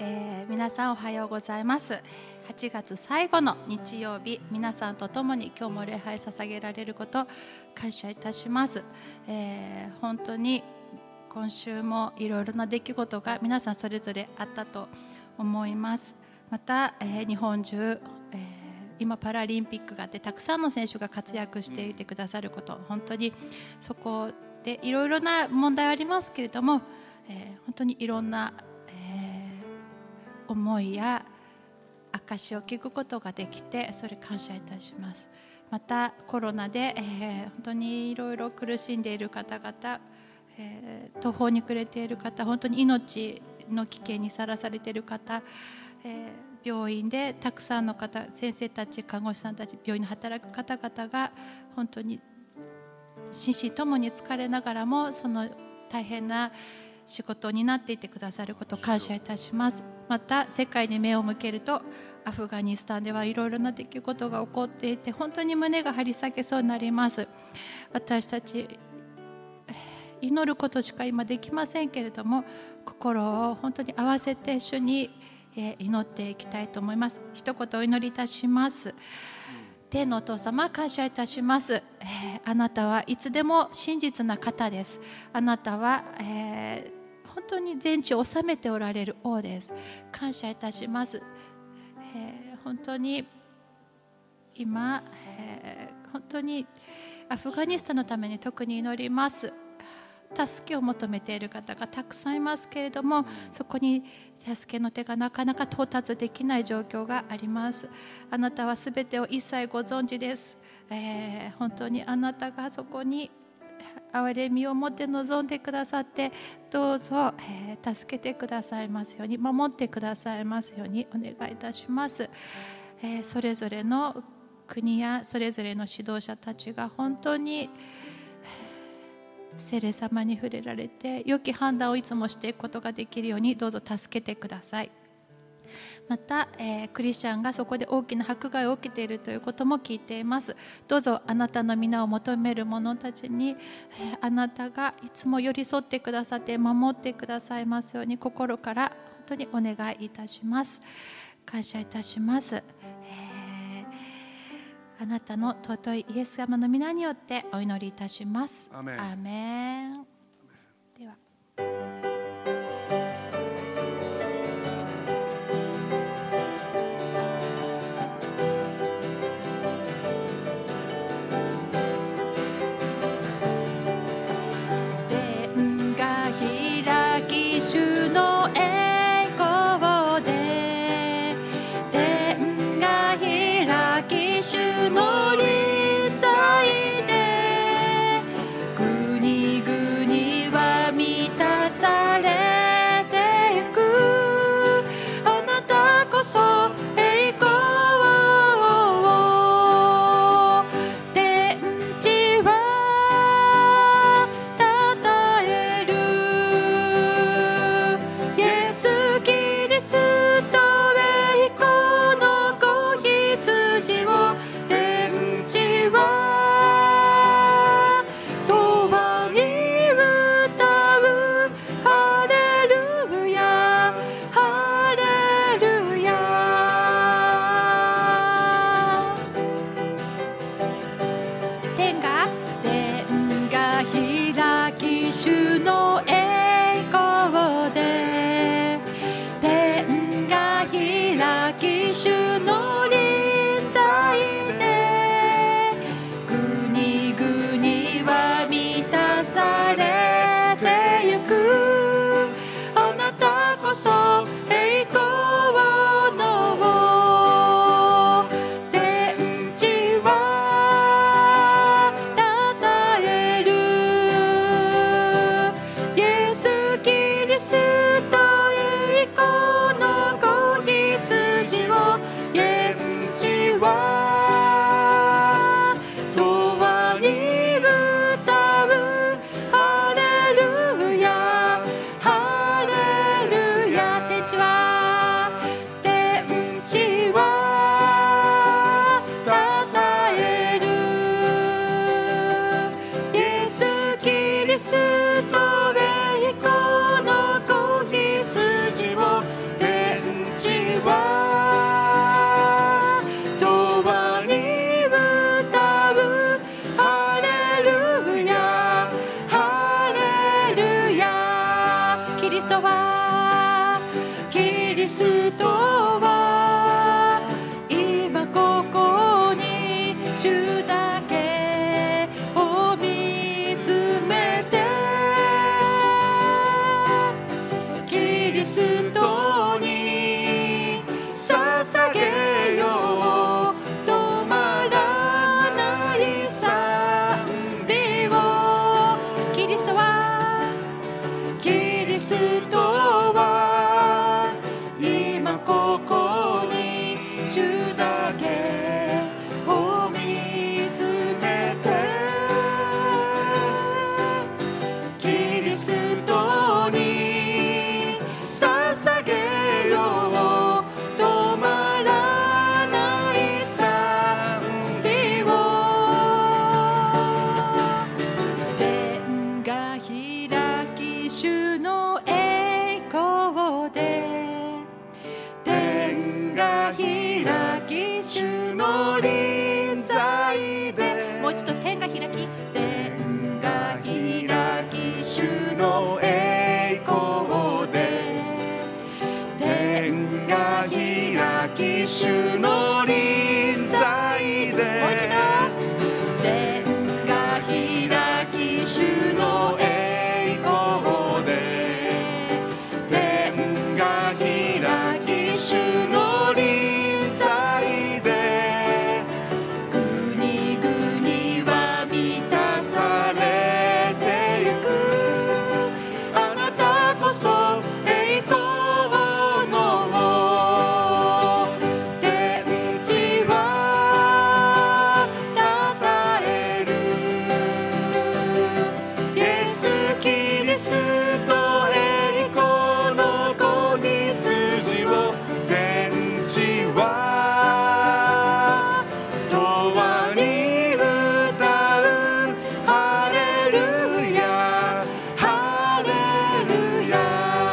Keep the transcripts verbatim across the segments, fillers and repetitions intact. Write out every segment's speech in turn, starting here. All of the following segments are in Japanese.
えー、皆さんおはようございます。はちがつ最後の日曜日、皆さんと共に今日も礼拝捧げられること感謝いたします。えー、本当に今週もいろいろな出来事が皆さんそれぞれあったと思います。また、えー、日本中、えー、今パラリンピックがあってたくさんの選手が活躍していてくださること、本当にそこでいろいろな問題はありますけれども、えー、本当にいろんな、えー、思いや証を聞くことができて、それ感謝いたします。またコロナで、えー、本当にいろいろ苦しんでいる方々、えー、途方に暮れている方、本当に命の危険にさらされている方、えー、病院でたくさんの方、先生たち、看護師さんたち、病院で働く方々が本当に心身ともに疲れながらもその大変な仕事を担っていてくださることを感謝いたします。また世界に目を向けると、アフガニスタンではいろいろな出来事が起こっていて、本当に胸が張り裂けそうになります。私たち祈ることしか今できませんけれども、心を本当に合わせて主に祈っていきたいと思います。一言お祈りいたします。天のお父様、感謝いたします。えー、あなたはいつでも真実な方です。あなたは、えー、本当に全地を治めておられる王です。感謝いたします。えー、本当に今、えー、本当にアフガニスタンのために特に祈ります。助けを求めている方がたくさんいますけれども、そこに助けの手がなかなか到達できない状況があります。あなたはすべてを一切ご存知です。えー、本当にあなたがそこに憐れみを持って臨んでくださって、どうぞ、えー、助けてくださいますように、守ってくださいますようにお願いいたします。えー、それぞれの国やそれぞれの指導者たちが本当に聖霊様に触れられて良き判断をいつもしていくことができるようにどうぞ助けてください。また、えー、クリスチャンがそこで大きな迫害を受けているということも聞いています。どうぞあなたの皆を求める者たちに、えー、あなたがいつも寄り添ってくださって守ってくださいますように心から本当にお願いいたします。感謝いたします。あなたの尊いイエス様の皆によってお祈りいたします。アーメン。アーメン。では。天が開き主の栄光で、天が開き主の臨在で、国々 リストに捧げよう。止まらない賛美を。キリストはキリストは今ここに主だけを見つめて、キリストに捧げよう。止まらない賛美を。天が開き主の栄光で、天が開き主の臨在で。もう一度天が開き、天が開き主の栄光で、天が開き主の臨在で。もう一度天が開き主の栄光で、天が開き主の臨在で。国々は満たされてゆく。あなたこそ栄光の王。天地はたたえる。イエス・キリスト栄光の子羊を。天地は永遠に歌う。ハレルヤハレルヤ。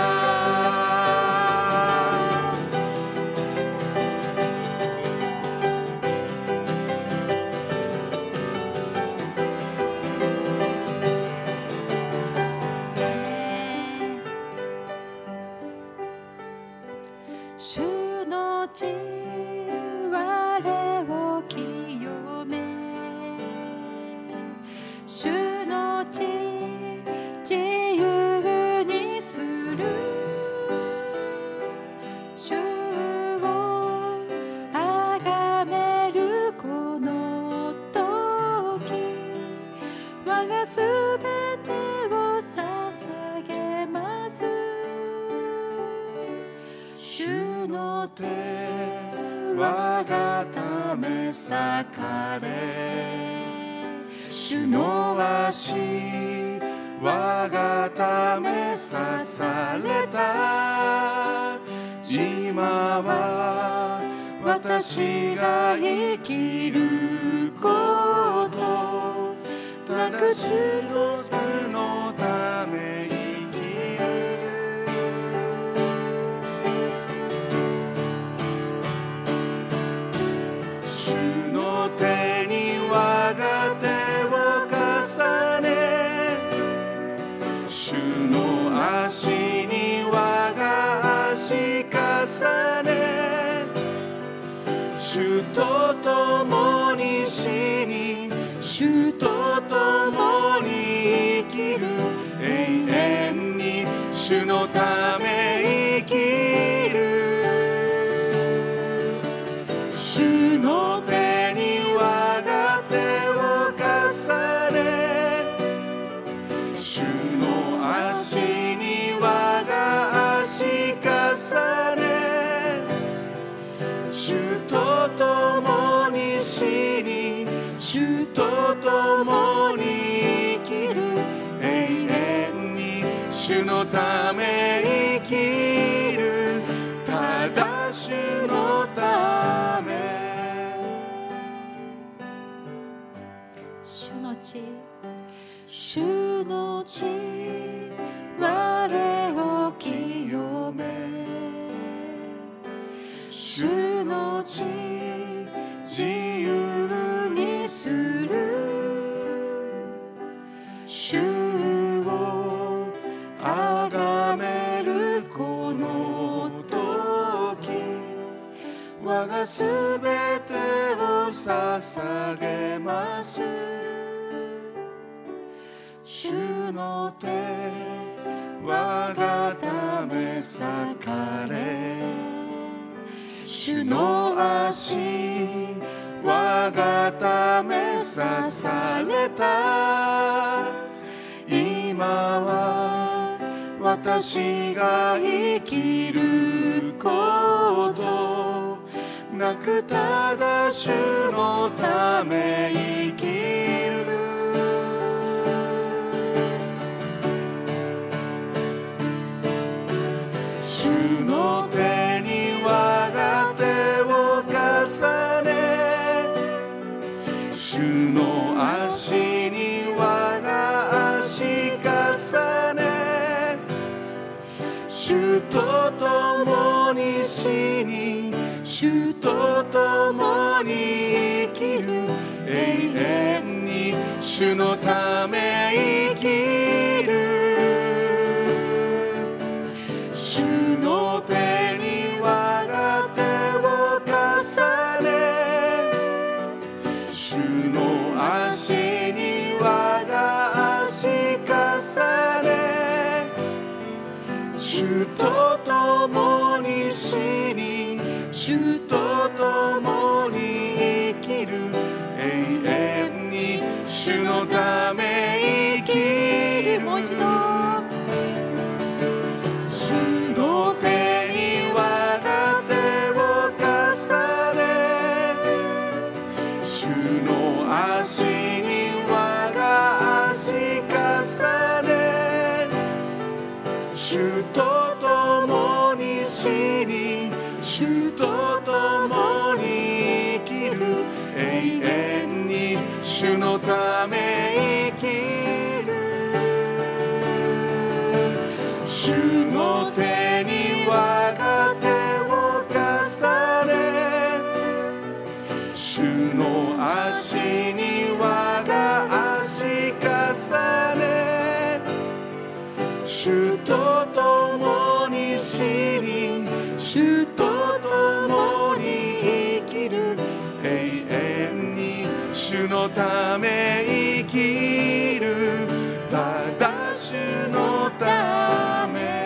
主の地我を清め、主の地自由にする。主をあがめるこの時、我がすべてを捧げます。主の手我がため裂かれ、主の足我がため刺された。今は私が生きること、ただ主の主のため生きる。主の手に我が手を重ね、主の足に我が足重ね、主と共に死に、主と共に生きる。永遠に主のため生きる。主の手に我が手を重ね、主の足に我が足重ね、主と共に死に、主と共に生きる。永遠に主のため生きる。ただ主のため。主の地、主の地我を清め、主の地自由にする。主をあがめるこの時、我がすべてを捧げます。主の手我がため裂かれ、主の足我がため刺された。今は私が生きることなく、ただ主のため生きる。主の手に我が手を重ね、主の足に我が足重ね、主と共に死に主と共に生きる。永遠に主のため生きる。主の手に我が手を重ね、主の足に我が足重ね、主と共に死に主と共に生きる。永遠に主のため生きる。もう一度。主の手に我が手を重ね、主の足に我が足重ね、主と共に死に主と共に生きる。永遠に主のため生きる。主の手に我が手を重ね、主の足に我が足重ね、主と共に死に主と共に生きる。永遠に主のため生きる。ただ主のため。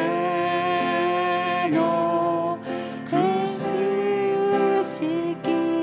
しき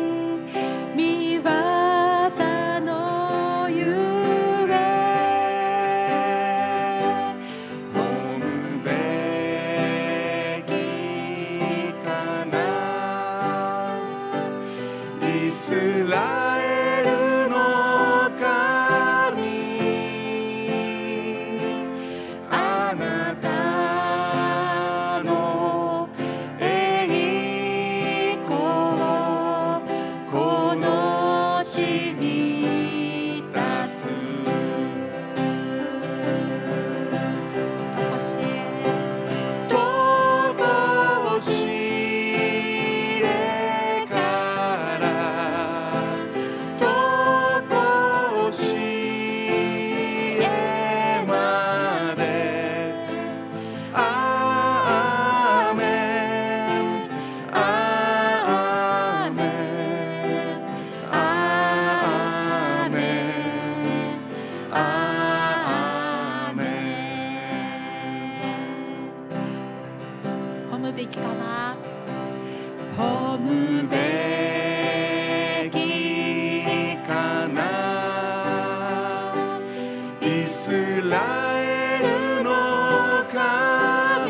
褒むべきかな。イスラエルの神、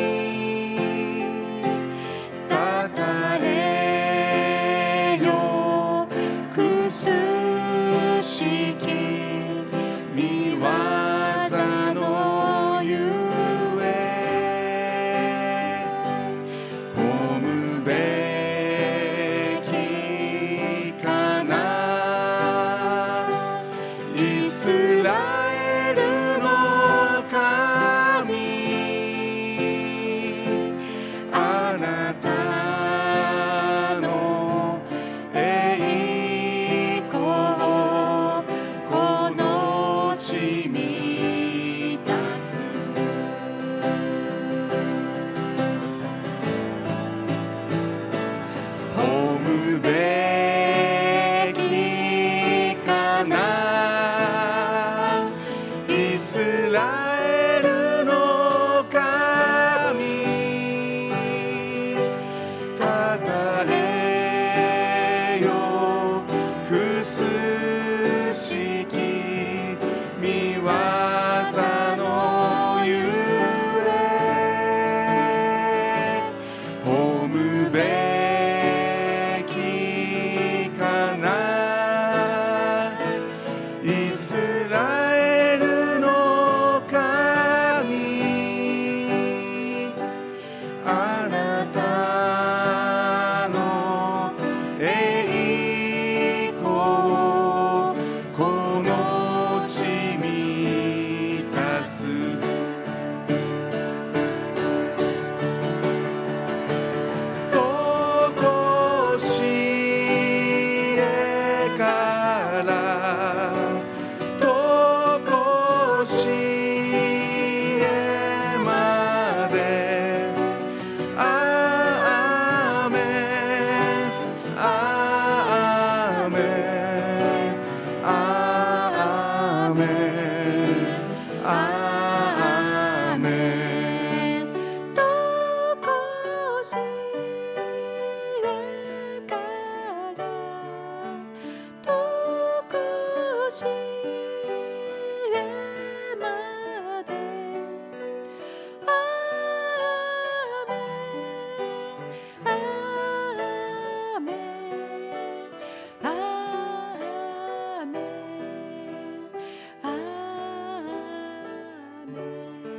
たたえよくすしき見業のゆえ。褒むべきかな。イスラエルの神、あなたの栄光をこの地満たす。褒むべきかな。イスラエルの神、たたえよくすしき見業のゆえ。褒むべきかな。イスラエルの神、あなたの栄光をこの地満たす。とこしえからとこしえまで。アーメンアーメンアーメンアーメン。とこしえからとこしえまで。アーメンアーメンアーメンアーメ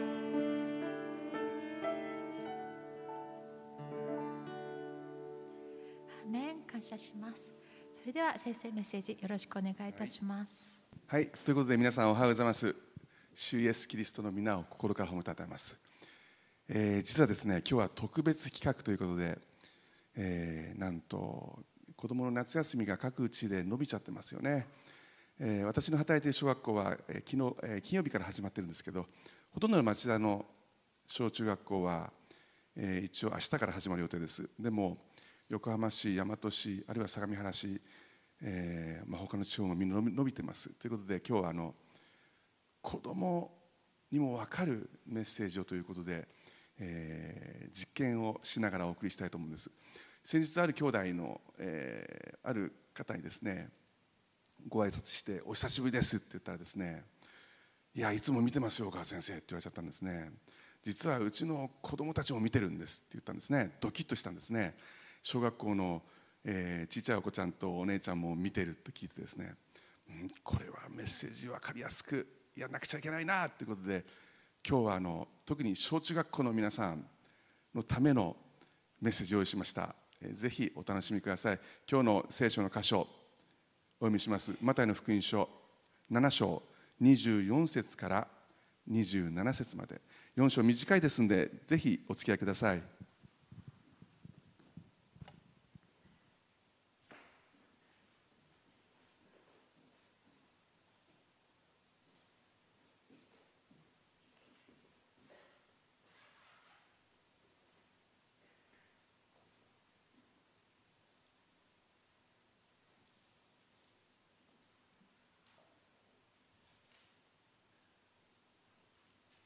アーメン。感謝します。それでは先生メッセージよろしくお願いいたします。 はい、ということで皆さんおはようございます。主イエスキリストの皆を心から褒めたたえます。えー、実はですね、今日は特別企画ということで、えー、なんと子どもの夏休みが各地で伸びちゃってますよね。えー、私の働いている小学校は、えー、昨日、えー、金曜日から始まってるんですけど、ほとんどの町田の小中学校は、えー、一応明日から始まる予定です。でも横浜市、大和市、あるいは相模原市、えーまあ、他の地方もみんな伸び、伸びてますということで、今日はあの子どもにも分かるメッセージをということで、えー、実験をしながらお送りしたいと思うんです。先日ある兄弟の、えー、ある方にですねご挨拶してお久しぶりですって言ったらですね、いやいつも見てますよ岡先生って言われちゃったんですね。実はうちの子どもたちも見てるんですって言ったんですね。ドキッとしたんですね。小学校の、えー、ちっちゃいお子ちゃんとお姉ちゃんも見てると聞いてですね、うん、これはメッセージ分かりやすくやらなくちゃいけないなということで、今日はあの特に小中学校の皆さんのためのメッセージを用意しました。えー、ぜひお楽しみください。今日の聖書の箇所お読みします。マタイの福音書なな章にじゅうよん節からにじゅうなな節まで、よん章短いですのでぜひお付き合いください。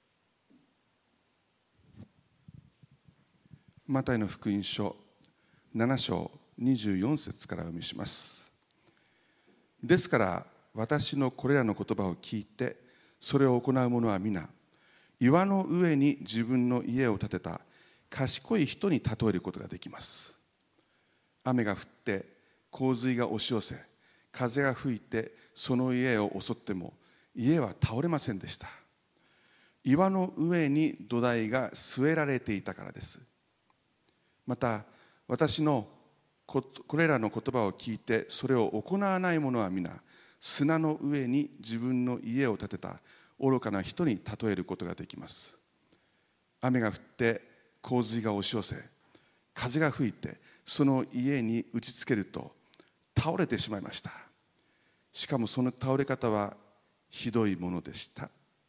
マタイの福音書なな章にじゅうよん節からお読みします。ですから私のこれらの言葉を聞いてそれを行う者は皆、岩の上に自分の家を建てた賢い人に例えることができます。雨が降って洪水が押し寄せ、風が吹いてその家を襲っても家は倒れませんでした。岩の上に土台が据えられていたからです。また私のこれらの言葉を聞いてそれを行わない者は皆、砂の上に自分の家を建てた愚かな人に例えることができます。雨が降って洪水が押し寄せ、風が吹いてその家に打ちつけると倒れてしまいました。しかもその倒れ方はひどいものでした。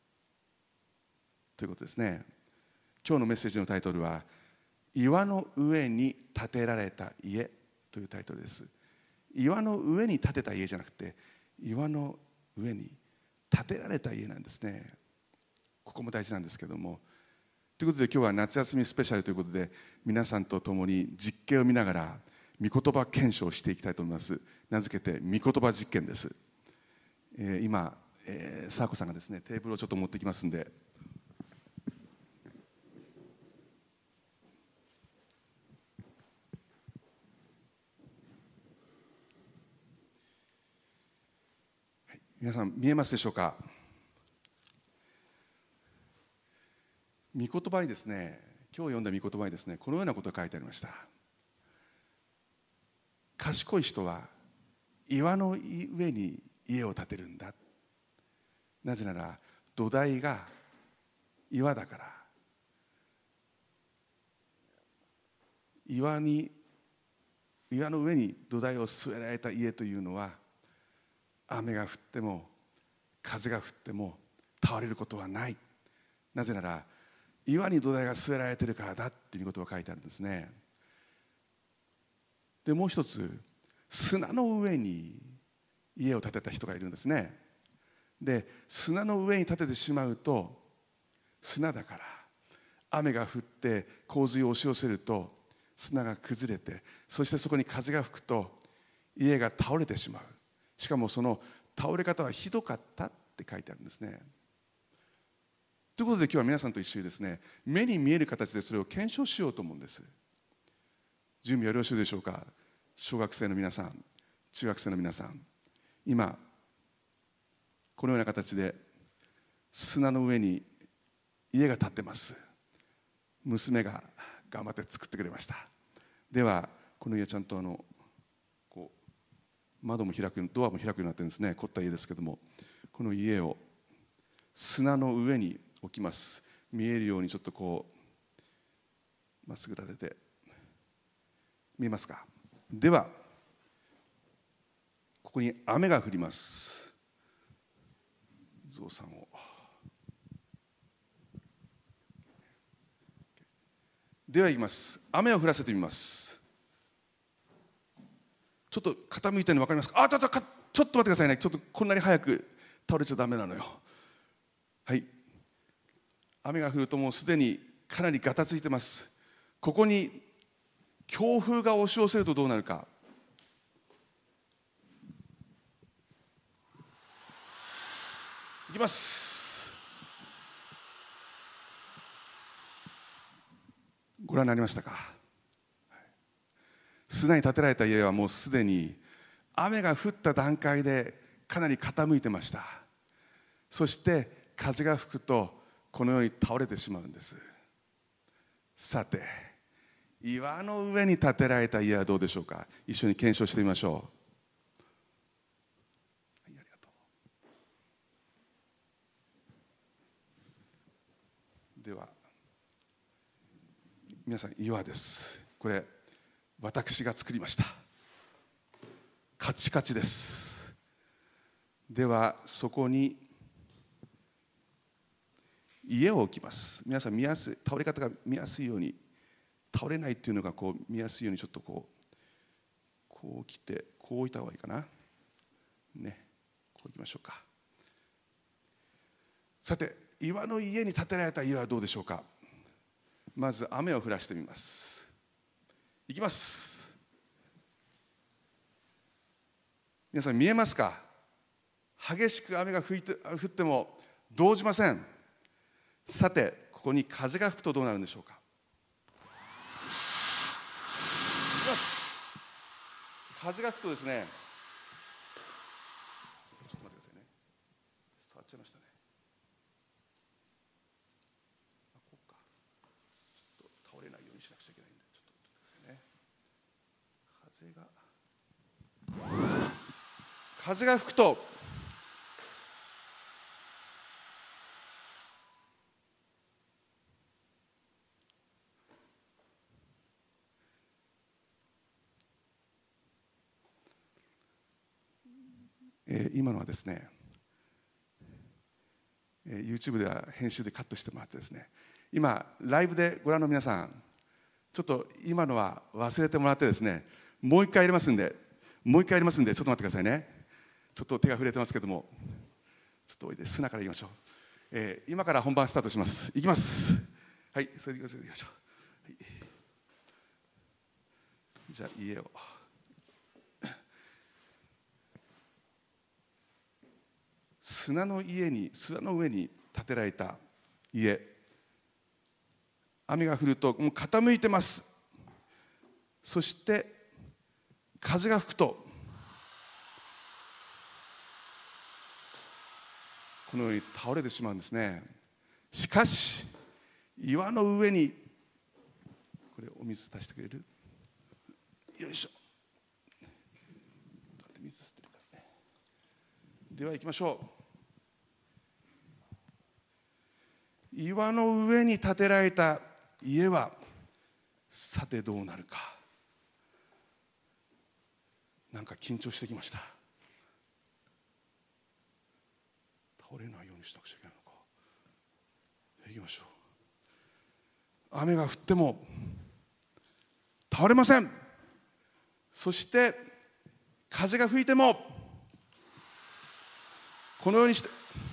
ということですね。今日のメッセージのタイトルは岩の上に建てられた家というタイトルです。岩の上に建てた家じゃなくて、岩の上に建てられた家なんですね。ここも大事なんですけども、ということで今日は夏休みスペシャルということで、皆さんと共に実験を見ながら御言葉検証していきたいと思います。名付けて御言葉実験です。えー、今、えー、サーコさんがですねテーブルをちょっと持ってきますんで、皆さん見えますでしょうか。御言葉にですね、今日読んだ御言葉にですね、このようなことが書いてありました。賢い人は岩の上に家を建てるんだ。なぜなら土台が岩だから。岩に岩の上に土台を据えられた家というのは、雨が降っても風が降っても倒れることはない。なぜなら岩に土台が据えられているからだっていうことが書いてあるんですね。でもう一つ、砂の上に家を建てた人がいるんですね。で砂の上に建ててしまうと、砂だから雨が降って洪水を押し寄せると砂が崩れて、そしてそこに風が吹くと家が倒れてしまう。しかもその倒れ方はひどかったって書いてあるんですね。ということで今日は皆さんと一緒にですね、目に見える形でそれを検証しようと思うんです。準備はよろしいでしょうか。小学生の皆さん、中学生の皆さん、今このような形で砂の上に家が建ってます。娘が頑張って作ってくれました。ではこの家ちゃんとあのこう窓も開く、ドアも開くようになってるんですね。凝った家ですけども、この家を砂の上に置きます。見えるようにちょっとこうまっすぐ立てて、見えますか。ではここに雨が降ります。ゾウさんをではいきます。雨を降らせてみます。ちょっと傾いてるの分かりますか。あ、ちょっと、ちょっと待ってくださいね。ちょっとこんなに早く倒れちゃダメなのよ。はい。雨が降るともうすでにかなりガタついてます。ここに強風が押し寄せるとどうなるか。いきます。ご覧になりましたか。砂に建てられた家はもうすでに雨が降った段階でかなり傾いてました。そして風が吹くとこのように倒れてしまうんです。さて岩の上に建てられた家はどうでしょうか。一緒に検証してみましょう。はい、ありがとう。では皆さん、岩です。これ私が作りました。カチカチです。ではそこに家を置きます。皆さん見やすい、倒れ方が見やすいように、倒れないっていうのがこう見やすいようにちょっとこうこう来てこう置いた方がいいかなね。こういきましょうか。さて岩の家に建てられた家はどうでしょうか。まず雨を降らしてみます。いきます。 皆さん見えますか？激しく雨が降って降っても動じません。さて、ここに風が吹くとどうなるんでしょうか。風が吹くとですね、ちょっと待ってくださいね。触っちゃいましたね。あ、こうか。ちょっと倒れないようにしなくちゃいけないんで、ちょっと待ってくださいね。風が風が吹くとえー、今のはですね、えー、YouTube では編集でカットしてもらってですね、今ライブでご覧の皆さん、ちょっと今のは忘れてもらってですね、もう一回やりますんでもう一回やりますんでちょっと待ってくださいね。ちょっと手が触れてますけども、ちょっとおいで、砂からいきましょう。えー、今から本番スタートします。いきます。はい、それでいきましょう。はい、じゃあ家を砂の家に砂の上に建てられた家、雨が降るともう傾いてます。そして風が吹くとこのように倒れてしまうんですね。しかし岩の上に、これお水足してくれる？よいしょ。水捨てるからね。では行きましょう。岩の上に建てられた家はさてどうなるか。なんか緊張してきました。倒れないようにしなくちゃいけないのか。行きましょう。雨が降っても倒れません。そして風が吹いてもこのようにして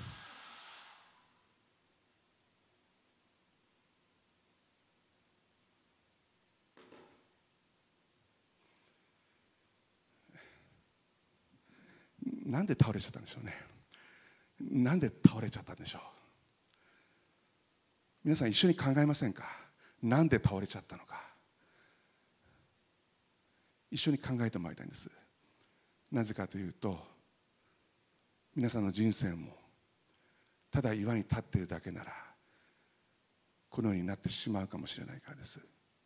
なんで倒れちゃったんでしょうね。なんで倒れちゃったんでしょう。皆さん一緒に考えませんか。なんで倒れちゃったのか。一緒に考えてもらいたいんです。なぜかというと、皆さんの人生もただ岩に立っているだけならこのようになってしまうかもしれないからです。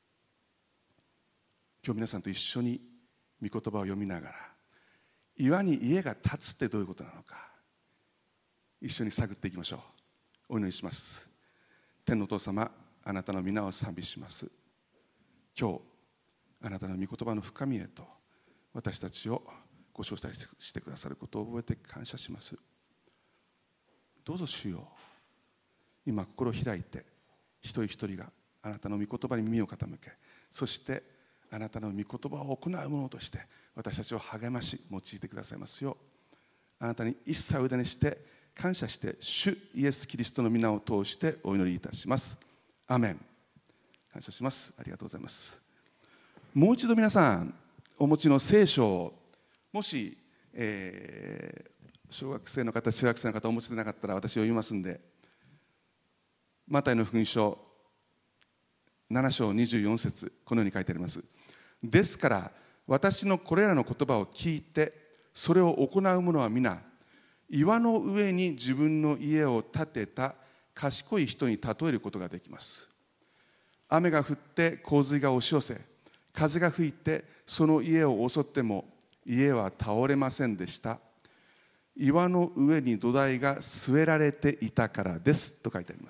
今日皆さんと一緒に御言葉を読みながら、岩に家が建つってどういうことなのか一緒に探っていきましょう。お祈りします。天のお父様、あなたの皆を賛美します。今日あなたの御言葉の深みへと私たちをご招待してくださることを覚えて感謝します。どうぞ主よ、今心を開いて一人一人があなたの御言葉に耳を傾け、そしてあなたの御言葉を行うものとして私たちを励まし用いてくださいますよう、あなたに一切お委ねして感謝して主イエスキリストの皆を通してお祈りいたします。アーメン。感謝します。ありがとうございます。もう一度皆さんお持ちの聖書を、もし、えー、小学生の方中学生の方お持ちでなかったら私読みますんで、マタイの福音書なな章にじゅうよん節、このように書いてあります。ですから私のこれらの言葉を聞いてそれを行う者は皆岩の上に自分の家を建てた賢い人に例えることができます。雨が降って洪水が押し寄せ、風が吹いてその家を襲っても家は倒れませんでした。岩の上に土台が据えられていたからですと書いてあります。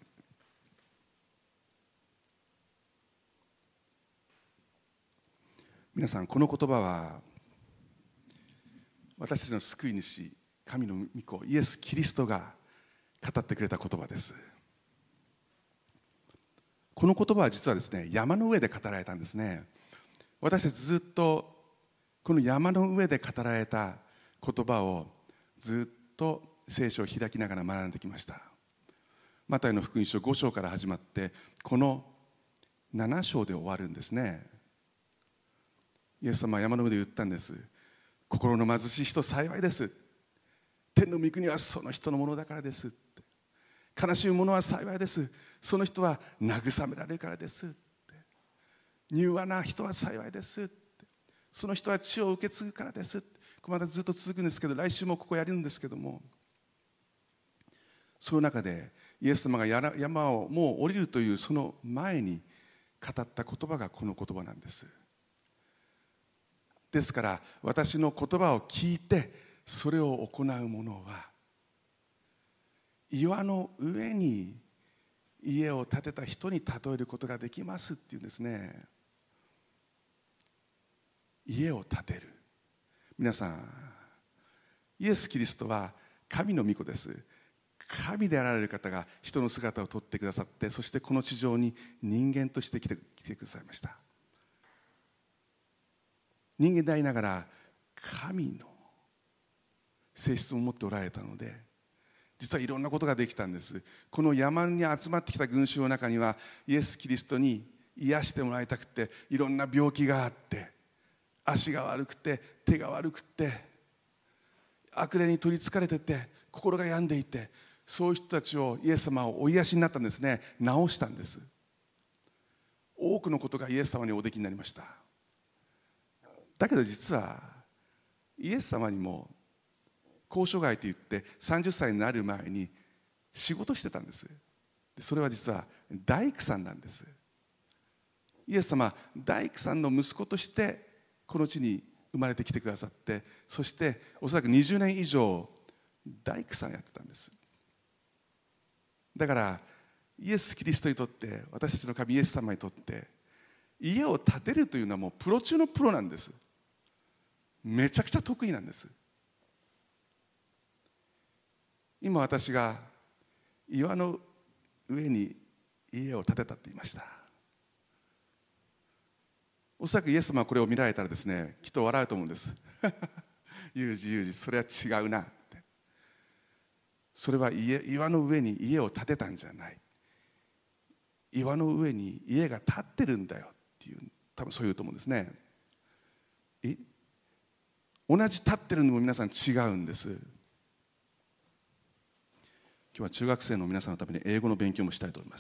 皆さん、この言葉は私たちの救い主神の御子イエス・キリストが語ってくれた言葉です。この言葉は実はですね、山の上で語られたんですね。私たちずっとこの山の上で語られた言葉をずっと聖書を開きながら学んできました。マタイの福音書ご章から始まってこのなな章で終わるんですね。イエス様は山の上で言ったんです。 心の貧しい人幸いです。天の御国はその人のものだからです。悲しむ者は幸いです。その人は慰められるからです。柔和な人は幸いです。その人は地を受け継ぐからです。これまだずっと続くんですけど、来週もここやるんですけども、その中でイエス様が山をもう降りるというその前に語った言葉がこの言葉なんです。ですから私の言葉を聞いてそれを行う者は岩の上に家を建てた人に例えることができますっていうんですね。家を建てる。皆さん、イエス・キリストは神の御子です。神であられる方が人の姿をとってくださって、そしてこの地上に人間として来て、来てくださいました。人間でありながら神の性質を持っておられたので、実はいろんなことができたんです。この山に集まってきた群衆の中にはイエス・キリストに癒してもらいたくて、いろんな病気があって、足が悪くて手が悪くて悪霊に取りつかれてて心が病んでいて、そういう人たちをイエス様はお癒しになったんですね。治したんです。多くのことがイエス様におできになりました。だけど実はイエス様にも交渉外といってさんじゅっさいになる前に仕事してたんです。それは実は大工さんなんです。イエス様は大工さんの息子としてこの地に生まれてきてくださって、そしておそらくにじゅうねん以上大工さんやってたんです。だからイエス・キリストにとって、私たちの神イエス様にとって、家を建てるというのはもうプロ中のプロなんです。めちゃくちゃ得意なんです。今私が岩の上に家を建てたって言いました。おそらくイエス様はこれを見られたらですね、きっと笑うと思うんです。ユージユージ、それは違うなって。それは家岩の上に家を建てたんじゃない。岩の上に家が建ってるんだよっていう、多分そう言うと思うんですね。え同じ建ってるのも皆さん違うんです。今日は中学生の皆さんのために英語の勉強もしたいと思います。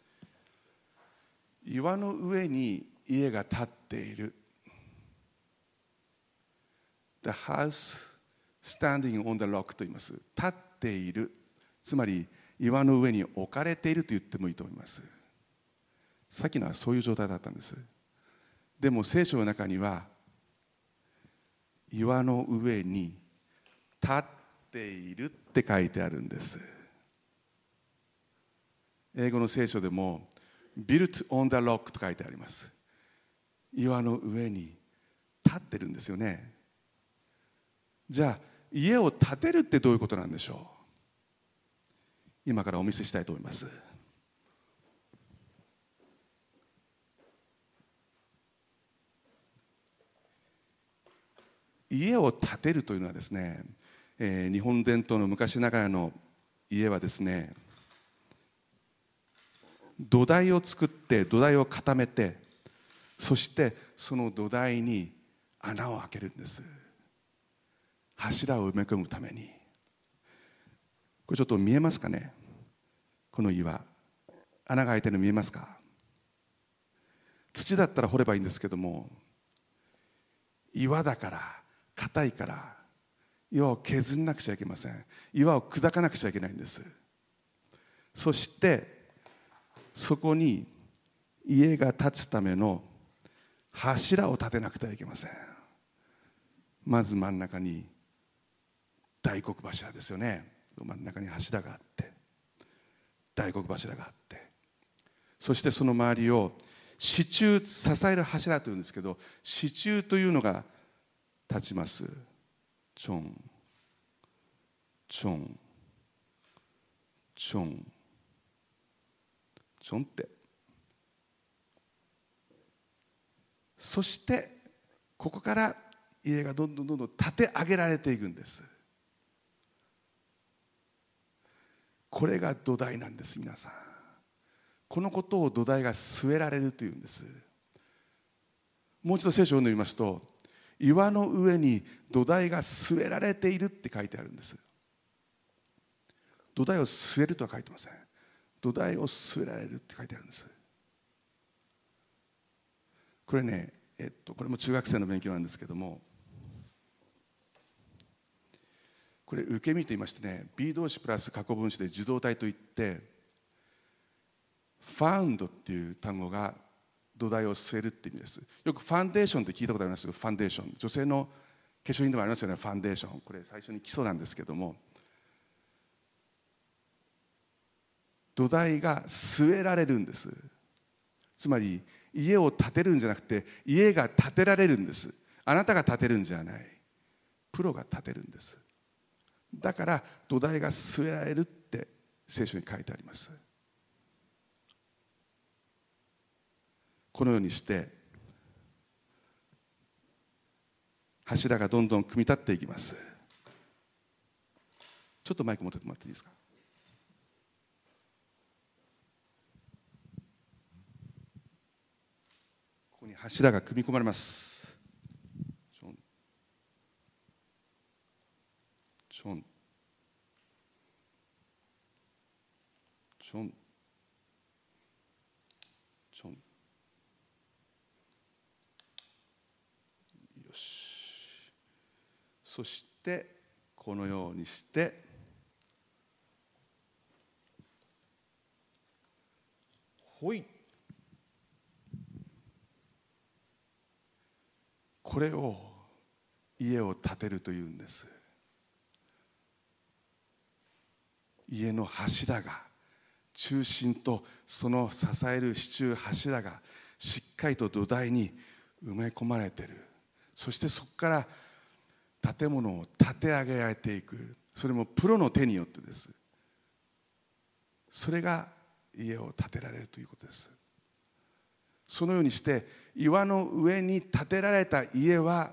岩の上に家が建っている。The house standing on the rock と言います。建っている。つまり岩の上に置かれていると言ってもいいと思います。さっきのはそういう状態だったんです。でも聖書の中には岩の上に立っているって書いてあるんです。英語の聖書でも built on the rock と書いてあります。岩の上に立ってるんですよね。じゃあ家を建てるってどういうことなんでしょう。今からお見せしたいと思います。家を建てるというのはですね、えー、日本伝統の昔ながらの家はですね、土台を作って土台を固めて、そしてその土台に穴を開けるんです。柱を埋め込むために。これちょっと見えますかね。この岩、穴が開いてるの見えますか。土だったら掘ればいいんですけども、岩だから硬いから岩を削んなくちゃいけません。岩を砕かなくちゃいけないんです。そしてそこに家が建つための柱を立てなくてはいけません。まず真ん中に大黒柱ですよね。真ん中に柱があって大黒柱があって、そしてその周りを支柱、支える柱というんですけど、支柱というのが立ちます。ちょんちょんちょんちょんって、そしてここから家がどんどんどんどん建て上げられていくんです。これが土台なんです。皆さん、このことを土台が据えられるというんです。もう一度聖書を読んでみますと、 岩の上に土台が据えられているって書いてあるんです。土台を据えるとは書いてません。土台を据えられるって書いてあるんです。これね、えっと、これも中学生の勉強なんですけども、これ受け身と言いましてね、 B 動詞プラス過去分詞で受動体といって、found っていう単語が土台を据えるって意味です。よくファンデーションって聞いたことありますよ。ファンデーション、女性の化粧品でもありますよね。ファンデーション、これ最初に基礎なんですけども、土台が据えられるんです。つまり家を建てるんじゃなくて、家が建てられるんです。あなたが建てるんじゃない、プロが建てるんです。だから土台が据えられるって聖書に書いてあります。このようにして柱がどんどん組み立っていきます。ちょっとマイク持ってもらっていいですか。ここに柱が組み込まれます。ちょんちょんちょんちょん、よし。そしてこのようにしてほい、これを家を建てるというんです。家の柱が、中心とその支える支柱柱がしっかりと土台に埋め込まれている。そしてそこから建物を建て上げられていく。それもプロの手によってです。それが家を建てられるということです。そのようにして岩の上に建てられた家は、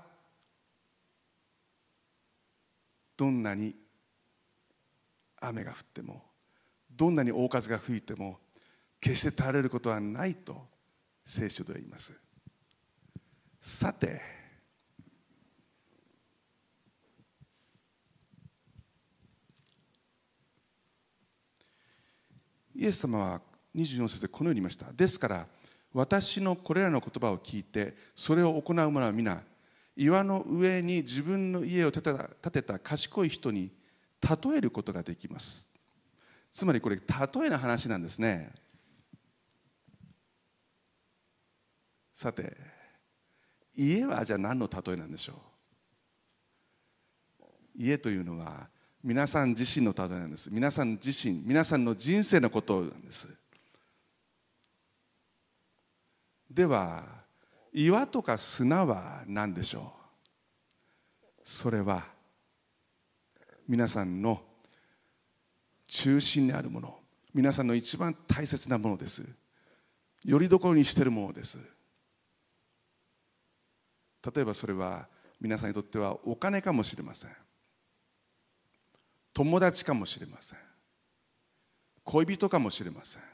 どんなに雨が降っても、どんなに大風が吹いても決して倒れることはないと聖書では言います。さて、イエス様はにじゅうよん節でこのように言いました。ですから私のこれらの言葉を聞いてそれを行う者は皆、岩の上に自分の家を建てた、建てた賢い人に例えることができます。つまりこれ例えの話なんですね。さて、家はじゃあ何の例えなんでしょう。家というのは皆さん自身の例えなんです。皆さん自身、皆さんの人生のことなんです。では岩とか砂は何でしょう。それは皆さんの中心にあるもの、皆さんの一番大切なものです。よりどころにしているものです。例えばそれは皆さんにとってはお金かもしれません。友達かもしれません。恋人かもしれません。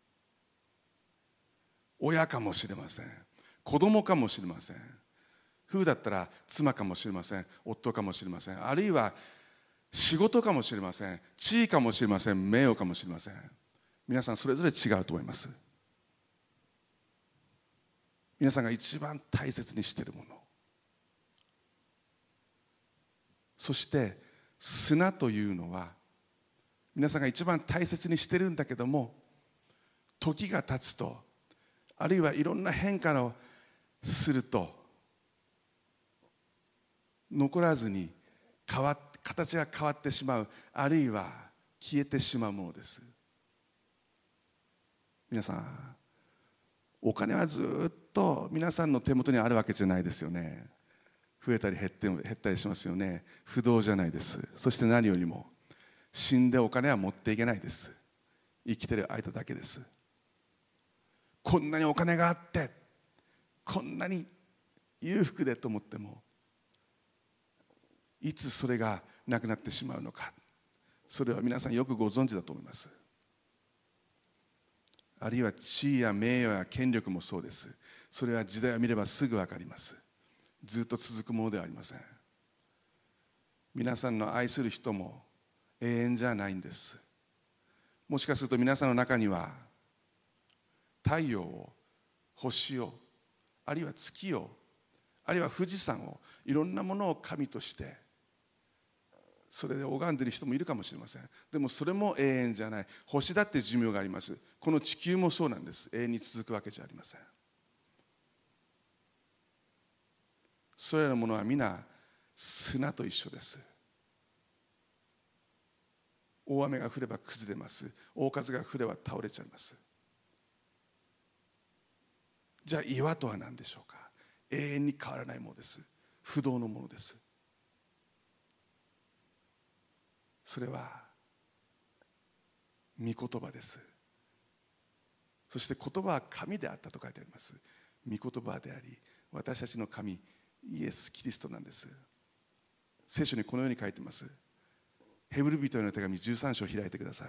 親かもしれません。子供かもしれません。夫婦だったら妻かもしれません。夫かもしれません。あるいは仕事かもしれません。地位かもしれません。名誉かもしれません。皆さんそれぞれ違うと思います。皆さんが一番大切にしているもの、そして砂というのは皆さんが一番大切にしているんだけども、時が経つと、あるいはいろんな変化をすると残らずに変わっ形が変わってしまう、あるいは消えてしまうものです。皆さん、お金はずっと皆さんの手元にあるわけじゃないですよね。増えたり減って減ったりしますよね。不動じゃないです。そして何よりも死んでお金は持っていけないです。生きてる間だけです。こんなにお金があってこんなに裕福でと思っても、いつそれがなくなってしまうのか、それは皆さんよくご存知だと思います。あるいは地位や名誉や権力もそうです。それは時代を見ればすぐ分かります。 ずっと続くものではありません。皆さんの愛する人も永遠じゃないんです。もしかすると皆さんの中には太陽を、星を、あるいは月を、あるいは富士山を、いろんなものを神としてそれで拝んでいる人もいるかもしれません。でもそれも永遠じゃない。星だって寿命があります。この地球もそうなんです。永遠に続くわけじゃありません。それらのものは皆砂と一緒です。大雨が降れば崩れます。大風が降れば倒れちゃいます。じゃあ岩とは何でしょうか。永遠に変わらないものです。不動のものです。それは御言葉です。そして言葉は神であったと書いてあります。御言葉であり、私たちの神イエス・キリストなんです。聖書にこのように書いています。ヘブル人への手紙じゅうさん章を開いてください。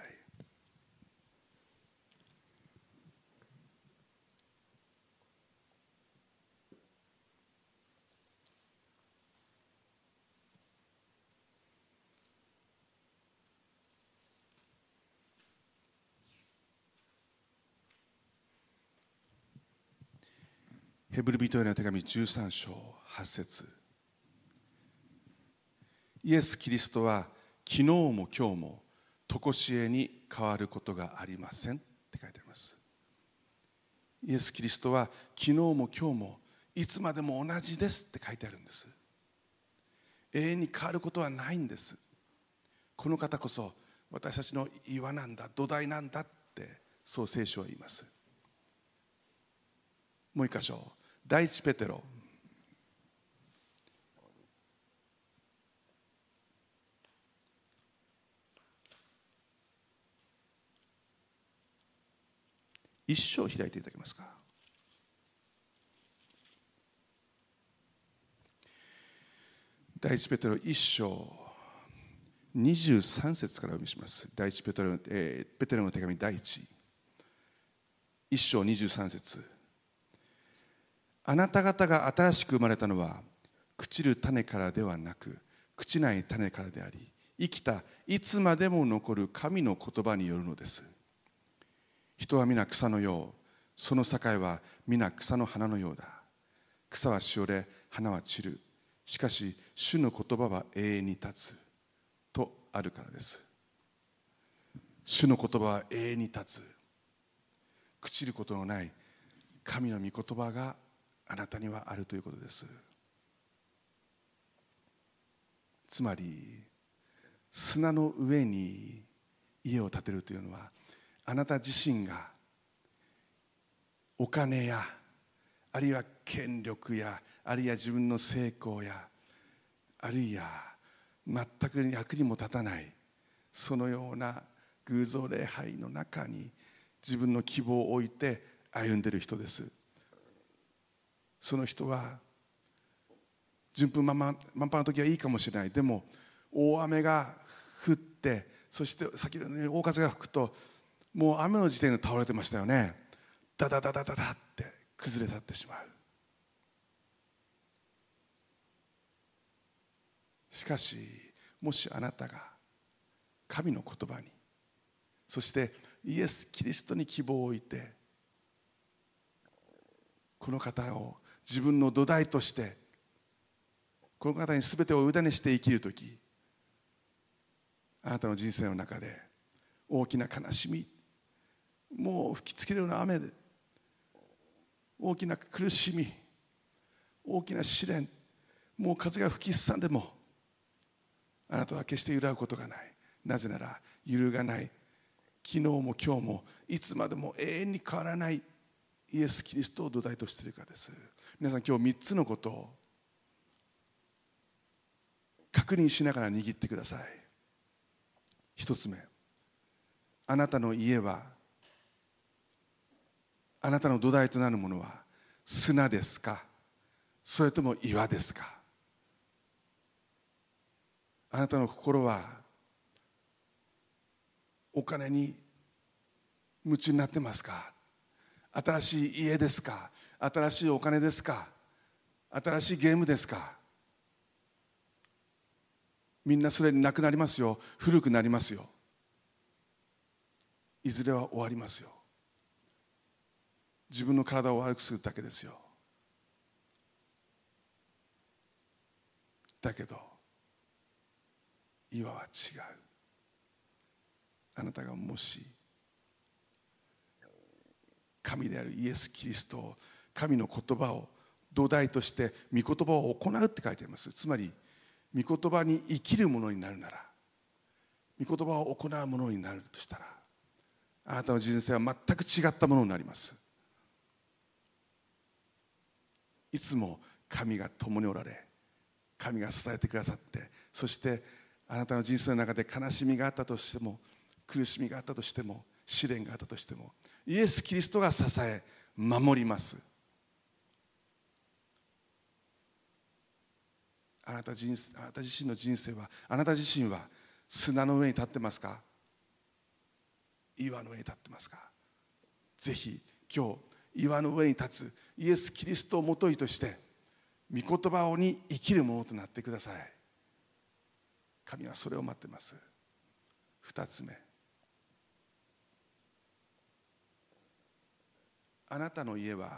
ヘブル人への手紙じゅうさん章はち節。イエス・キリストは昨日も今日も常しえに変わることがありませんって書いてあります。イエス・キリストは昨日も今日もいつまでも同じですって書いてあるんです。永遠に変わることはないんです。この方こそ私たちの岩なんだ、土台なんだって、そう聖書は言います。もう一箇所、第一ペテロ一章開いていただけますか。第一ペテロ一章にじゅうさん節からお読みします。第一ペテロ、えー、ペテロの手紙第一一章にじゅうさん節。あなた方が新しく生まれたのは朽ちる種からではなく朽ちない種からであり、生きたいつまでも残る神の言葉によるのです。人は皆草のよう、その境は皆草の花のようだ。草はしおれ、花は散る。しかし主の言葉は永遠に立つとあるからです。主の言葉は永遠に立つ。朽ちることのない神の御言葉があなたにはあるということです。つまり砂の上に家を建てるというのは、あなた自身がお金やあるいは権力やあるいは自分の成功やあるいは全く役にも立たないそのような偶像礼拝の中に自分の希望を置いて歩んでいる人です。その人は順風満帆満帆の時はいいかもしれない。でも大雨が降って、そして先ほどのように大風が吹くともう雨の時点で倒れてましたよね。ダダダダダダって崩れ去ってしまう。しかしもしあなたが神の言葉に、そしてイエス・キリストに希望を置いて、この方を自分の土台としてこの方に全てを委ねして生きるとき、あなたの人生の中で大きな悲しみ、もう吹きつけるような雨で、大きな苦しみ、大きな試練、もう風が吹きすさんでもあなたは決して揺らぐことがない。なぜなら揺るがない、昨日も今日もいつまでも永遠に変わらないイエス・キリストを土台としているからです。皆さん今日みっつのことを確認しながら握ってください。一つ目、あなたの家は、あなたの土台となるものは砂ですか、それとも岩ですか。あなたの心はお金に夢中になってますか。新しい家ですか、新しいお金ですか、 新しいゲームですか。みんなそれになくなりますよ。古くなりますよ。いずれは終わりますよ。自分の体を悪くするだけですよ。だけど岩は違う。あなたがもし神であるイエス・キリストを、神の言葉を土台として御言葉を行うって書いてあります。つまり御言葉に生きるものになるなら、御言葉を行うものになるとしたら、あなたの人生は全く違ったものになります。いつも神が共におられ、神が支えてくださって、そしてあなたの人生の中で悲しみがあったとしても、苦しみがあったとしても、試練があったとしても、イエス・キリストが支え守ります。あなた人生、あなた自身の人生は、あなた自身は砂の上に立ってますか、岩の上に立ってますか。ぜひ今日岩の上に立つイエス・キリストをもといとして御言葉に生きるものとなってください。神はそれを待っています。二つ目、あなたの家は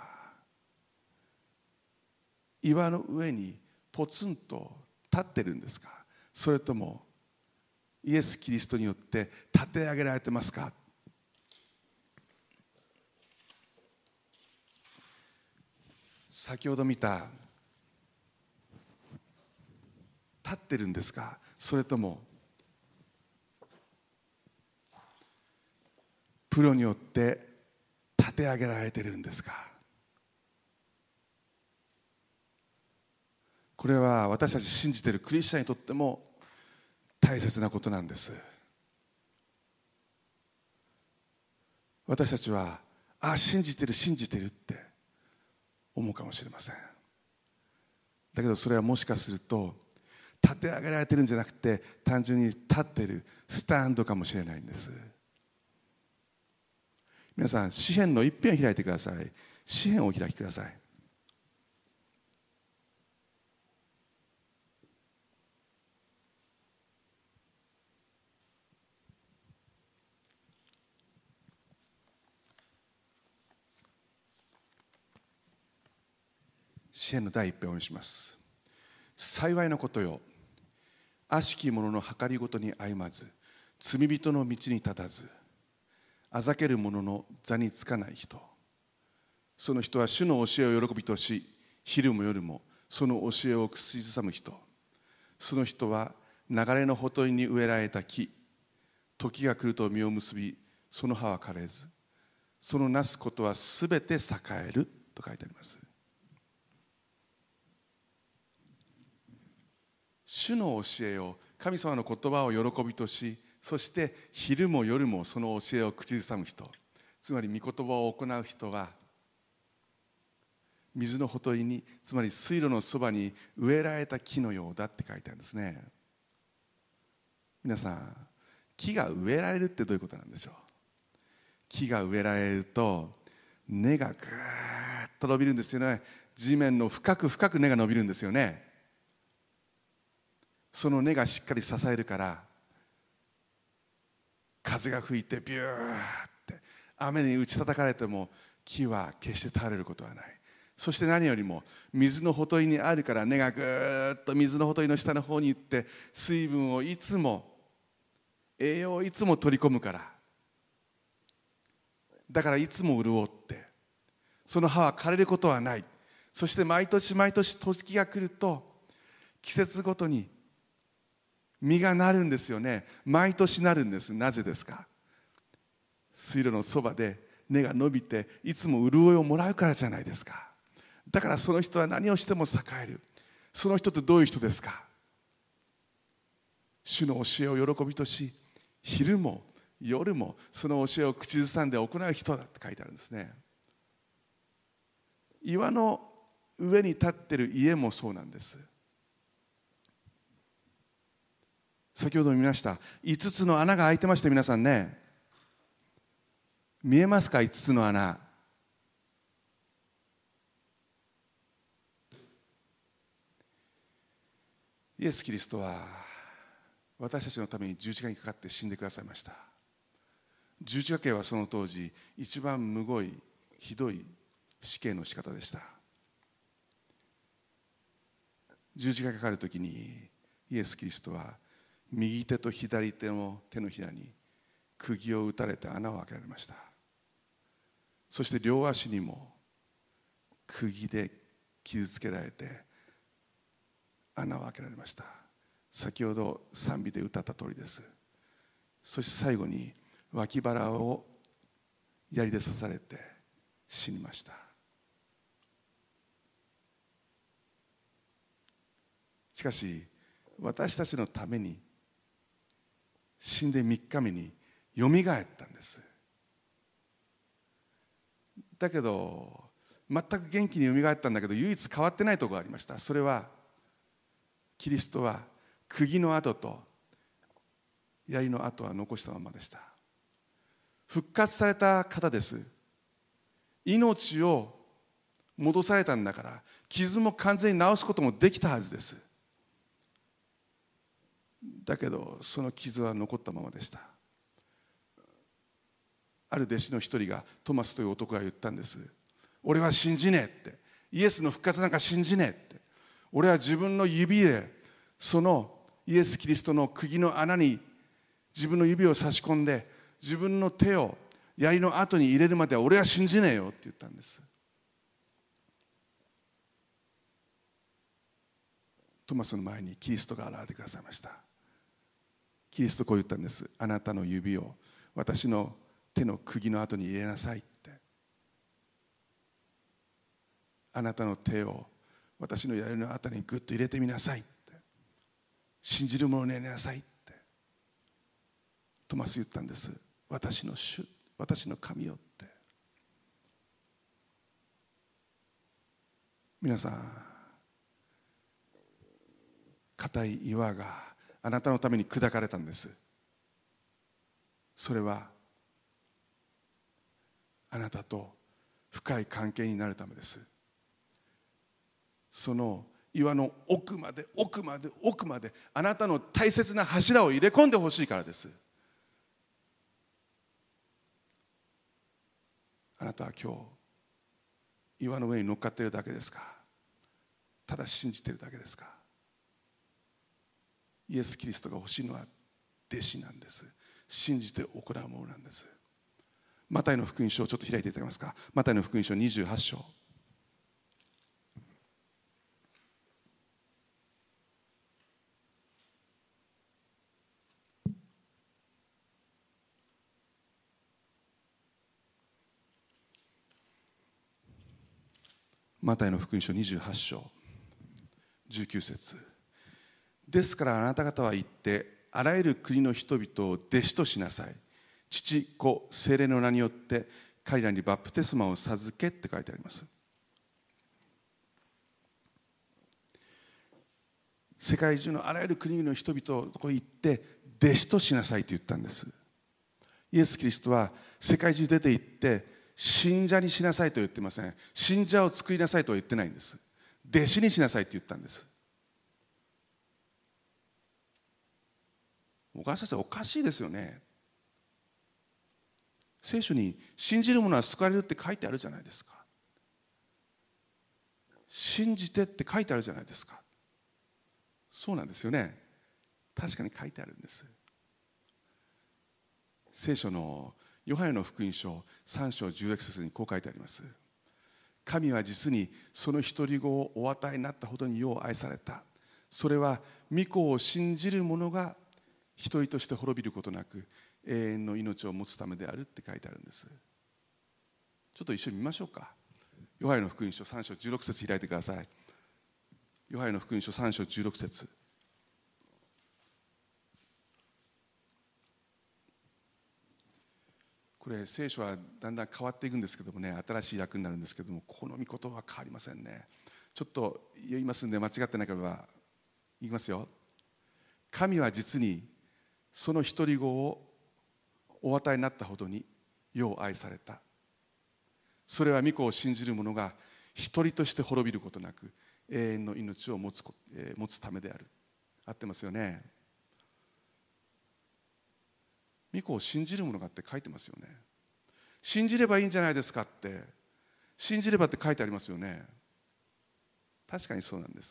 岩の上にポツンと立ってるんですか、それともイエス・キリストによって立て上げられてますか。先ほど見た立ってるんですか、それともプロによって立て上げられてるんですか。これは私たち信じているクリスチャンにとっても大切なことなんです。私たちはああ信じてる信じてるって思うかもしれません。だけどそれはもしかすると立て上げられてるんじゃなくて、単純に立ってるスタンドかもしれないんです。皆さん、詩編の一編を開いてください。詩編をお開きください。詩編の第一編をお読みします。幸いなことよ、悪しき者の計りごとに歩まず、罪人の道に立たず、あざける者の座につかない人。その人は主の教えを喜びとし、昼も夜もその教えを口ずさむ人。その人は流れのほとりに植えられた木。時が来ると実を結び、その葉は枯れず、そのなすことはすべて栄えると書いてあります。主の教えを、神様の言葉を喜びとし、そして昼も夜もその教えを口ずさむ人、つまり御言葉を行う人は、水のほとりに、つまり水路のそばに植えられた木のようだって書いてあるんですね。皆さん、木が植えられるってどういうことなんでしょう。木が植えられると根がぐーっと伸びるんですよね。地面の深く深く根が伸びるんですよね。その根がしっかり支えるから、風が吹いてビューって雨に打ち叩かれても木は決して倒れることはない。そして何よりも水のほとりにあるから、根がぐーっと水のほとりの下の方に行って水分をいつも、栄養をいつも取り込むから、だからいつも潤って、その葉は枯れることはない。そして毎年毎年時が来ると季節ごとに実がなるんですよね。毎年なるんです。なぜですか。水路のそばで根が伸びていつも潤いをもらうからじゃないですか。だからその人は何をしても栄える。その人ってどういう人ですか。主の教えを喜びとし、昼も夜もその教えを口ずさんで行う人だって書いてあるんですね。岩の上に立っている家もそうなんです。先ほど見ましたいつつの穴が開いてまして、皆さんね、見えますか。いつつの穴。 イエス・キリストは私たちのために十字架にかかって死んでくださいました。十字架刑はその当時一番むごいひどい死刑の仕方でした。十字架がかかるときにイエス・キリストは右手と左手の手のひらに釘を打たれて穴を開けられました。そして両足にも釘で傷つけられて穴を開けられました。先ほど賛美で歌った通りです。そして最後に脇腹を槍で刺されて死にました。しかし私たちのために死んでみっかめによみがえったんです。だけど全く元気によみがえったんだけど、唯一変わってないところがありました。それはキリストは釘の跡と槍の跡は残したままでした。復活された方です。命を戻されたんだから傷も完全に治すこともできたはずです。だけどその傷は残ったままでした。ある弟子の一人が、トマスという男が言ったんです。俺は信じねえって、イエスの復活なんか信じねえって、俺は自分の指でそのイエス・キリストの釘の穴に自分の指を差し込んで自分の手を槍の跡に入れるまでは俺は信じねえよって言ったんです。トマスの前にキリストが現れてくださいました。キリストこう言ったんです。あなたの指を私の手の釘の跡に入れなさいって。あなたの手を私の槍の跡にグッと入れてみなさいって。信じる者になりなさいってトマス言ったんです。私の主、私の神よって。皆さん、固い岩があなたのために砕かれたんです。それはあなたと深い関係になるためです。その岩の奥まで奥まで奥まであなたの大切な柱を入れ込んでほしいからです。あなたは今日岩の上に乗っかっているだけですか？ただ信じているだけですか？イエス・キリストが欲しいのは弟子なんです。信じて行うものなんです。マタイの福音書をちょっと開いていただけますか。マタイの福音書にじゅうはち章。マタイの福音書にじゅうはち章じゅうきゅう節。ですからあなた方は行ってあらゆる国の人々を弟子としなさい。父、子、聖霊の名によって彼らにバプテスマを授けって書いてあります。世界中のあらゆる国の人々を行って弟子としなさいと言ったんです。イエス・キリストは世界中出て行って信者にしなさいと言ってません。信者を作りなさいとは言ってないんです。弟子にしなさいと言ったんです。小川先生、おかしいですよね。聖書に信じる者は救われるって書いてあるじゃないですか。信じてって書いてあるじゃないですか。そうなんですよね。確かに書いてあるんです。聖書のヨハネの福音書さん章じゅうろく節にこう書いてあります。神は実にその独り子をお与えになったほどによう愛された。それは御子を信じる者が一人として滅びることなく永遠の命を持つためであるって書いてあるんです。ちょっと一緒に見ましょうか。ヨハネの福音書さん章じゅうろく節開いてください。ヨハネの福音書さん章じゅうろく節。これ聖書はだんだん変わっていくんですけどもね、新しい訳になるんですけども、この御言葉は変わりませんね。ちょっと言いますんで間違ってなければ言いますよ。神は実にその独り子をお与えになったほどによう愛された。それは御子を信じる者が一人として滅びることなく永遠の命を持つ、えー、持つためである。 合ってますよね。御子を信じるものがって書いてますよね。信じればいいんじゃないですかって、信じればって書いてありますよね。確かにそうなんです。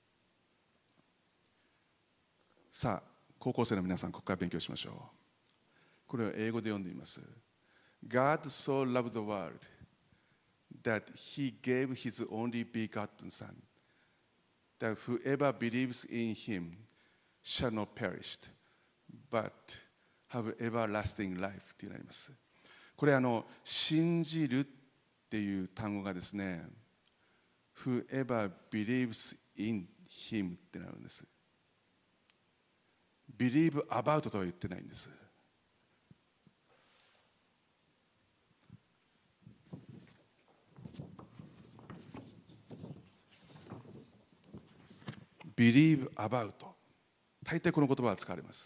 さあ、高校生の皆さん、ここから勉強しましょう。これを英語で読んでみます。God so loved the world that he gave his only begotten son, that whoever believes in him shall not perish, but have everlasting life ってなります。これあの信じるっていう単語がですね、whoever believes in him ってなるんです。believe about とは言ってないんです。believe about、 大抵この言葉は使われます。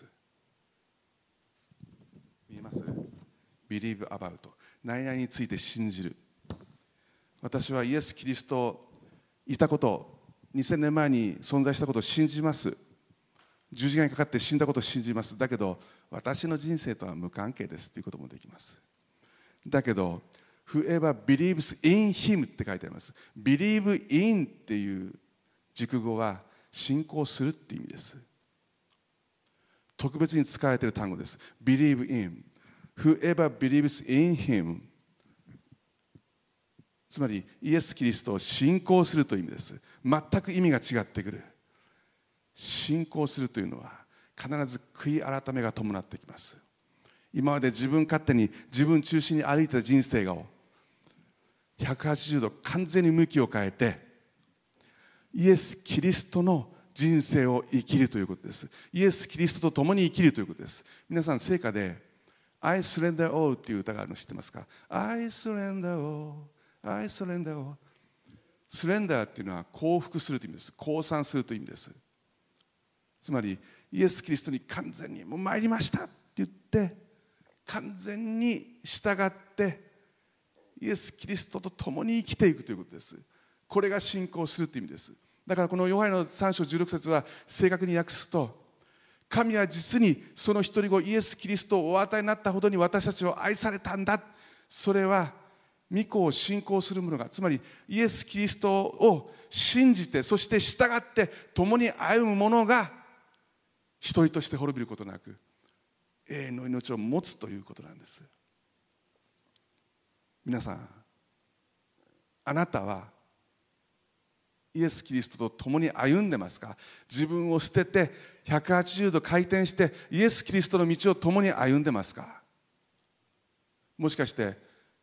見えます？ believe about、 何々について信じる。私はイエス・キリストいたこと、にせんねんまえに存在したことを信じます。十字架にかかって死んだことを信じます。だけど私の人生とは無関係ですということもできます。だけど whoever believes in him って書いてあります。 believe in っていう熟語は信仰するっていう意味です。特別に使われている単語です。 believe in whoever believes in him、 つまりイエス・キリストを信仰するという意味です。全く意味が違ってくる。信仰するというのは必ず悔い改めが伴ってきます。今まで自分勝手に自分中心に歩いた人生をひゃくはちじゅうど完全に向きを変えてイエス・キリストの人生を生きるということです。イエス・キリストと共に生きるということです。皆さん聖歌で I surrender all という歌があるの知ってますか？ I surrender all I surrender all。 スレンダーっていうのは降伏するという意味です。降参するという意味です。つまりイエス・キリストに完全にもう参りましたって言って完全に従ってイエス・キリストと共に生きていくということです。これが信仰するという意味です。だからこのヨハネのさん章じゅうろく節は正確に訳すと、神は実にその一人子イエス・キリストをお与えになったほどに私たちを愛されたんだ。それは御子を信仰する者が、つまりイエス・キリストを信じてそして従って共に歩む者が一人として滅びることなく永遠の命を持つということなんです。皆さん、あなたはイエス・キリストと共に歩んでますか？自分を捨ててひゃくはちじゅうど回転してイエス・キリストの道を共に歩んでますか？もしかして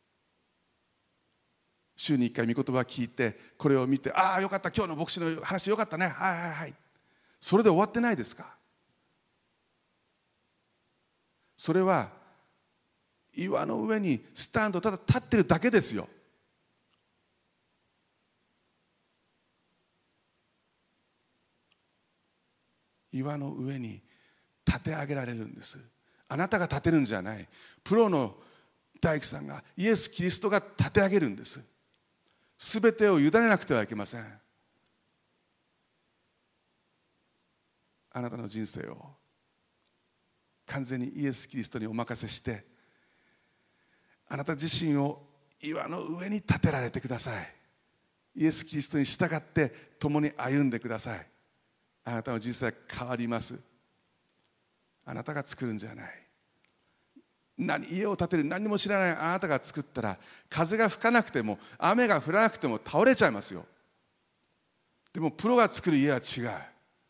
週にいっかい御言葉を聞いてこれを見て、ああよかった、今日の牧師の話よかったね、はいはいはい、それで終わってないですか？それは岩の上にスタンドただ立ってるだけですよ。岩の上に立て上げられるんです。あなたが立てるんじゃない。プロの大工さんがイエス・キリストが立て上げるんです。すべてを委ねなくてはいけません。あなたの人生を完全にイエス・キリストにお任せして、あなた自身を岩の上に立てられてください。イエス・キリストに従って共に歩んでください。あなたの人生は変わります。あなたが作るんじゃない。何家を建てる何も知らないあなたが作ったら、風が吹かなくても雨が降らなくても倒れちゃいますよ。でもプロが作る家は違う。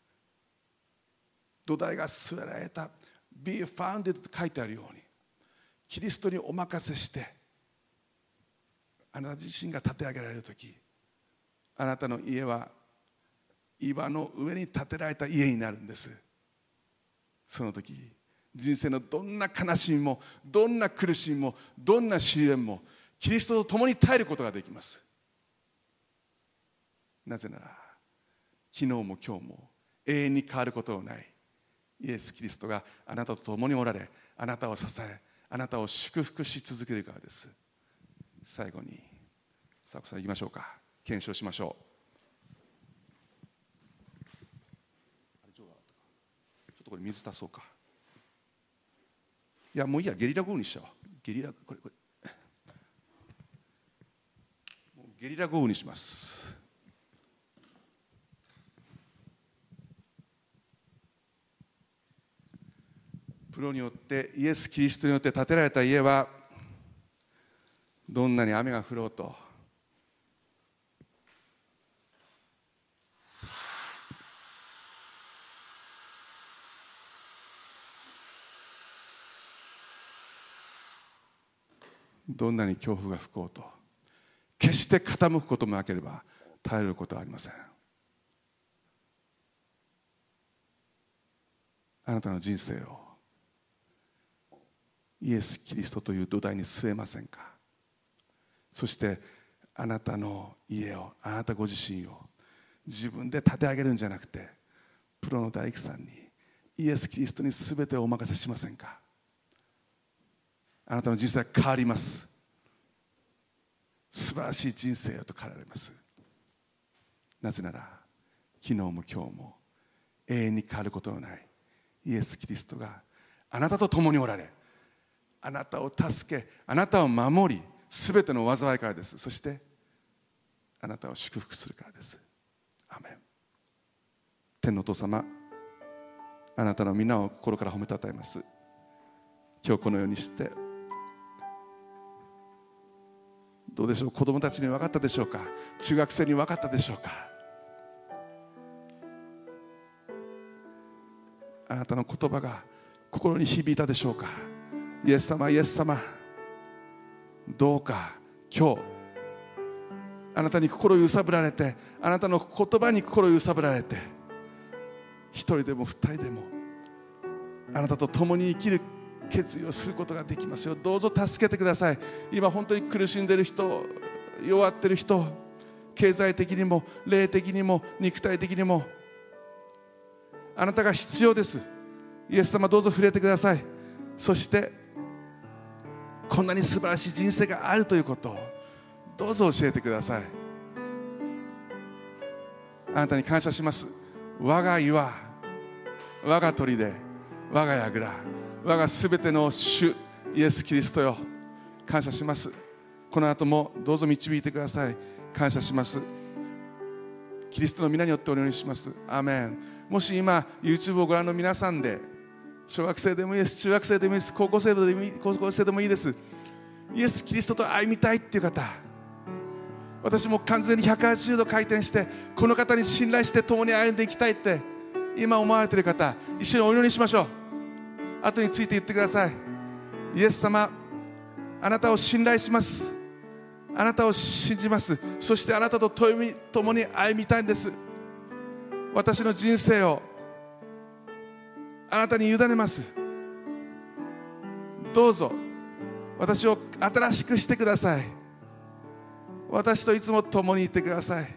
土台が据えられた Be founded と書いてあるように、キリストにお任せしてあなた自身が立て上げられるとき、あなたの家は岩の上に建てられた家になるんです。その時人生のどんな悲しみもどんな苦しみもどんな試練もキリストと共に耐えることができます。なぜなら昨日も今日も永遠に変わることのないイエス・キリストがあなたと共におられ、あなたを支え、あなたを祝福し続けるからです。最後にさあこさん行きましょうか。検証しましょう。 ところに水足そうか。いやもういいや、ゲリラ豪雨にしちゃおう。ゲリラこれこれゲリラ豪雨にします。プロによってイエス・キリストによって建てられた家はどんなに雨が降ろうとどんなに恐怖が吹こうと決して傾くこともなければ耐えることはありません。あなたの人生をイエス・キリストという土台に据えませんか。そしてあなたの家を、あなたご自身を自分で立て上げるんじゃなくて、プロの大工さんにイエス・キリストに全てをお任せしませんか。あなたの人生は変わります。素晴らしい人生へと変わられます。なぜなら昨日も今日も永遠に変わることのないイエス・キリストがあなたと共におられ、あなたを助け、あなたを守り、すべての災いからです。そしてあなたを祝福するからです。アーメン。天のお父様、あなたの皆を心から褒めたたえます。今日このようにしてどうでしょう、子供たちに分かったでしょうか、中学生に分かったでしょうか。あなたの言葉が心に響いたでしょうか。イエス様、イエス様、どうか今日あなたに心を揺さぶられて、あなたの言葉に心を揺さぶられて、一人でも二人でもあなたと共に生きる決意をすることができますよ。どうぞ助けてください。今本当に苦しんでいる人、弱っている人、経済的にも霊的にも肉体的にもあなたが必要です。イエス様、どうぞ触れてください。そしてこんなに素晴らしい人生があるということをどうぞ教えてください。あなたに感謝します。我が岩、我が砦、我が櫓、我がすべての主イエス・キリストよ、感謝します。この後もどうぞ導いてください。感謝します。キリストの皆によってお祈りします。アーメン。もし今 YouTube をご覧の皆さんで、小学生でもいいです、中学生でもいいです、高校生でもいい、高校生でもいいです、イエス・キリストと歩みたいっていう方、私も完全にひゃくはちじゅうど回転してこの方に信頼して共に歩んでいきたいって今思われている方、一緒にお祈りしましょう。後について言ってください。イエス様、あなたを信頼します。あなたを信じます。そしてあなたと共に歩みたいんです。私の人生をあなたに委ねます。どうぞ私を新しくしてください。私といつも共にいてください。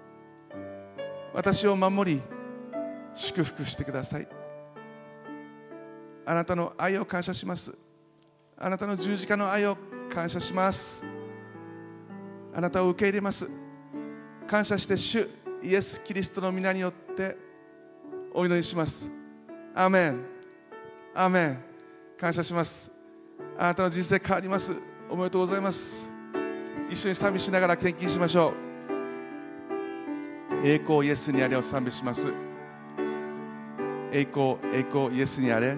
私を守り祝福してください。あなたの愛を感謝します。あなたの十字架の愛を感謝します。あなたを受け入れます。感謝して主イエス・キリストの皆によってお祈りします。アーメン、アーメン。感謝します。あなたの人生変わります。おめでとうございます。一緒に賛美しながら献金しましょう。栄光イエスにあれを賛美します。栄光、栄光イエスにあれ。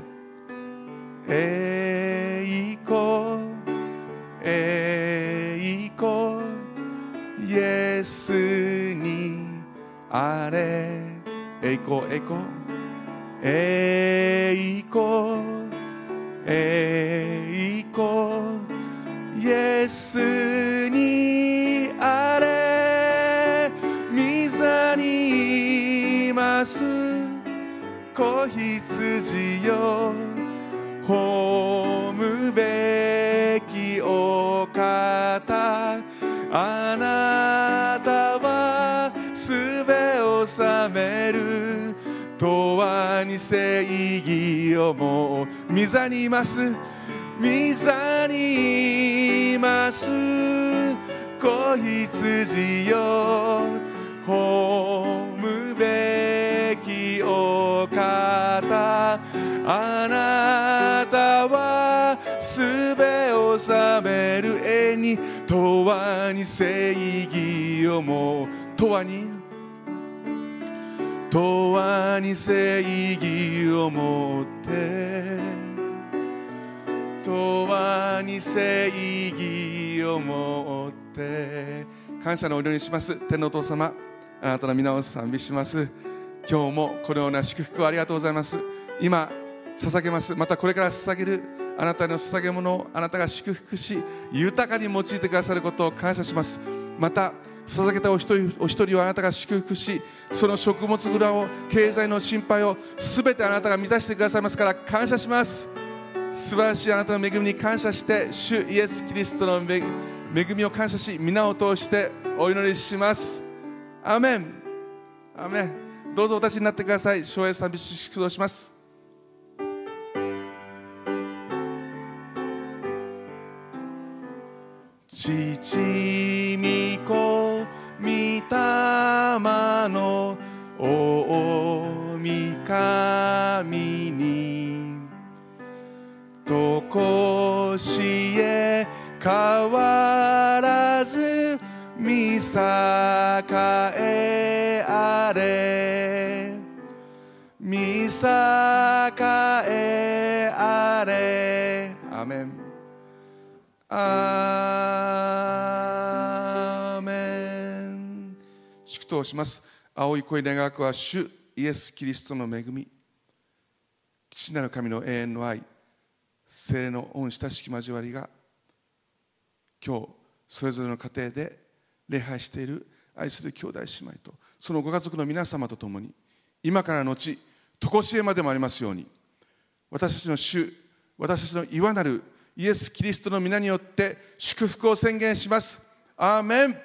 栄光、栄光イエスにあれ。栄光、栄光、栄光、栄光イエスにあれ。御座にいます子羊よ、褒むべきお方、あなたはすべを治める永遠に正義をもう御座にいます。御座にいます子羊よ、褒むべきお方、 あなたはすべを治める絵に永遠に正義をも永遠に永遠に正義をもって永遠に正義をもって感謝のお祈りします。天のお父様、あなたの皆を賛美します。今日もこのような祝福をありがとうございます。今捧げます。またこれから捧げるあなたの捧げ物をあなたが祝福し豊かに用いてくださることを感謝します。また捧げたお一人お一人をあなたが祝福し、その食物蔵を経済の心配をすべてあなたが満たしてくださいますから感謝します。素晴らしいあなたの恵みに感謝して主イエス・キリストの恵みを感謝し皆を通してお祈りします。アーメンアーメン。どうぞお立ちになってください。唱詠賛美し祝祷します。父御子御霊の大神にとこしえ変わらず見栄えあれ見栄えあれ。アーメンアーメン。祝祷します。青い声願わくは主イエス・キリストの恵み、父なる神の永遠の愛、聖霊の御親しき交わりが今日それぞれの家庭で礼拝している愛する兄弟姉妹とそのご家族の皆様と共に今からのち常しえまでもありますように、私たちの主、私たちの岩なるイエス・キリストの皆によって祝福を宣言します。アーメン。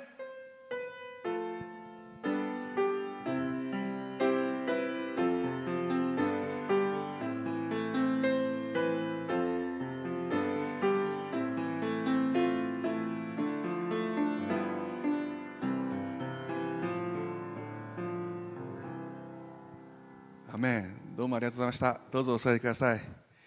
アーメン。どうもありがとうございました。どうぞお座りください。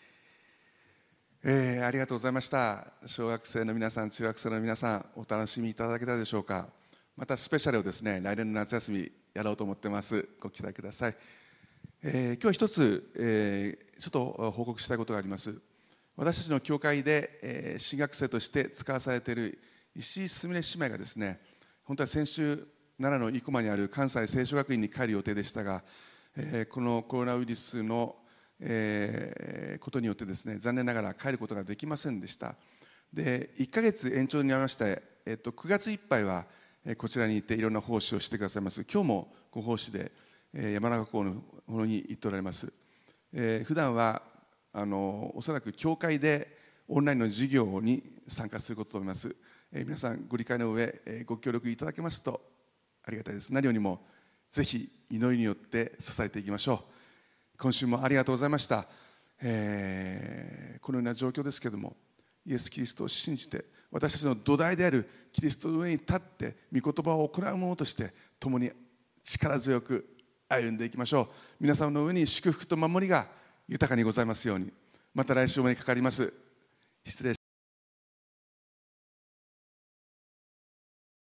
えー、ありがとうございました。小学生の皆さん、中学生の皆さん、お楽しみいただけたでしょうか。またスペシャルをですね、来年の夏休みやろうと思っています。ご期待ください。えー、今日一つ、えー、ちょっと報告したいことがあります。私たちの教会で、えー、新学生として使わされている石井すみれ姉妹がですね、本当は先週奈良の生駒にある関西聖書学院に帰る予定でしたが、えー、このコロナウイルスのえー、ことによってですね、残念ながら帰ることができませんでした。でいっかげつ延長になりまして、えっと、くがついっぱいは、えー、こちらに行っていろんな奉仕をしてくださいます。今日もご奉仕で、えー、山中湖の方に行っておられます。えー、普段はあのおそらく教会でオンラインの授業に参加することと思います。えー、皆さんご理解の上、えー、ご協力いただけますとありがたいです。何よりもぜひ祈りによって支えていきましょう。今週もありがとうございました。えー、このような状況ですけれども、イエス・キリストを信じて私たちの土台であるキリストの上に立って御言葉を行うものとして共に力強く歩んでいきましょう。皆様の上に祝福と守りが豊かにございますように。また来週お目にかかります。失礼します。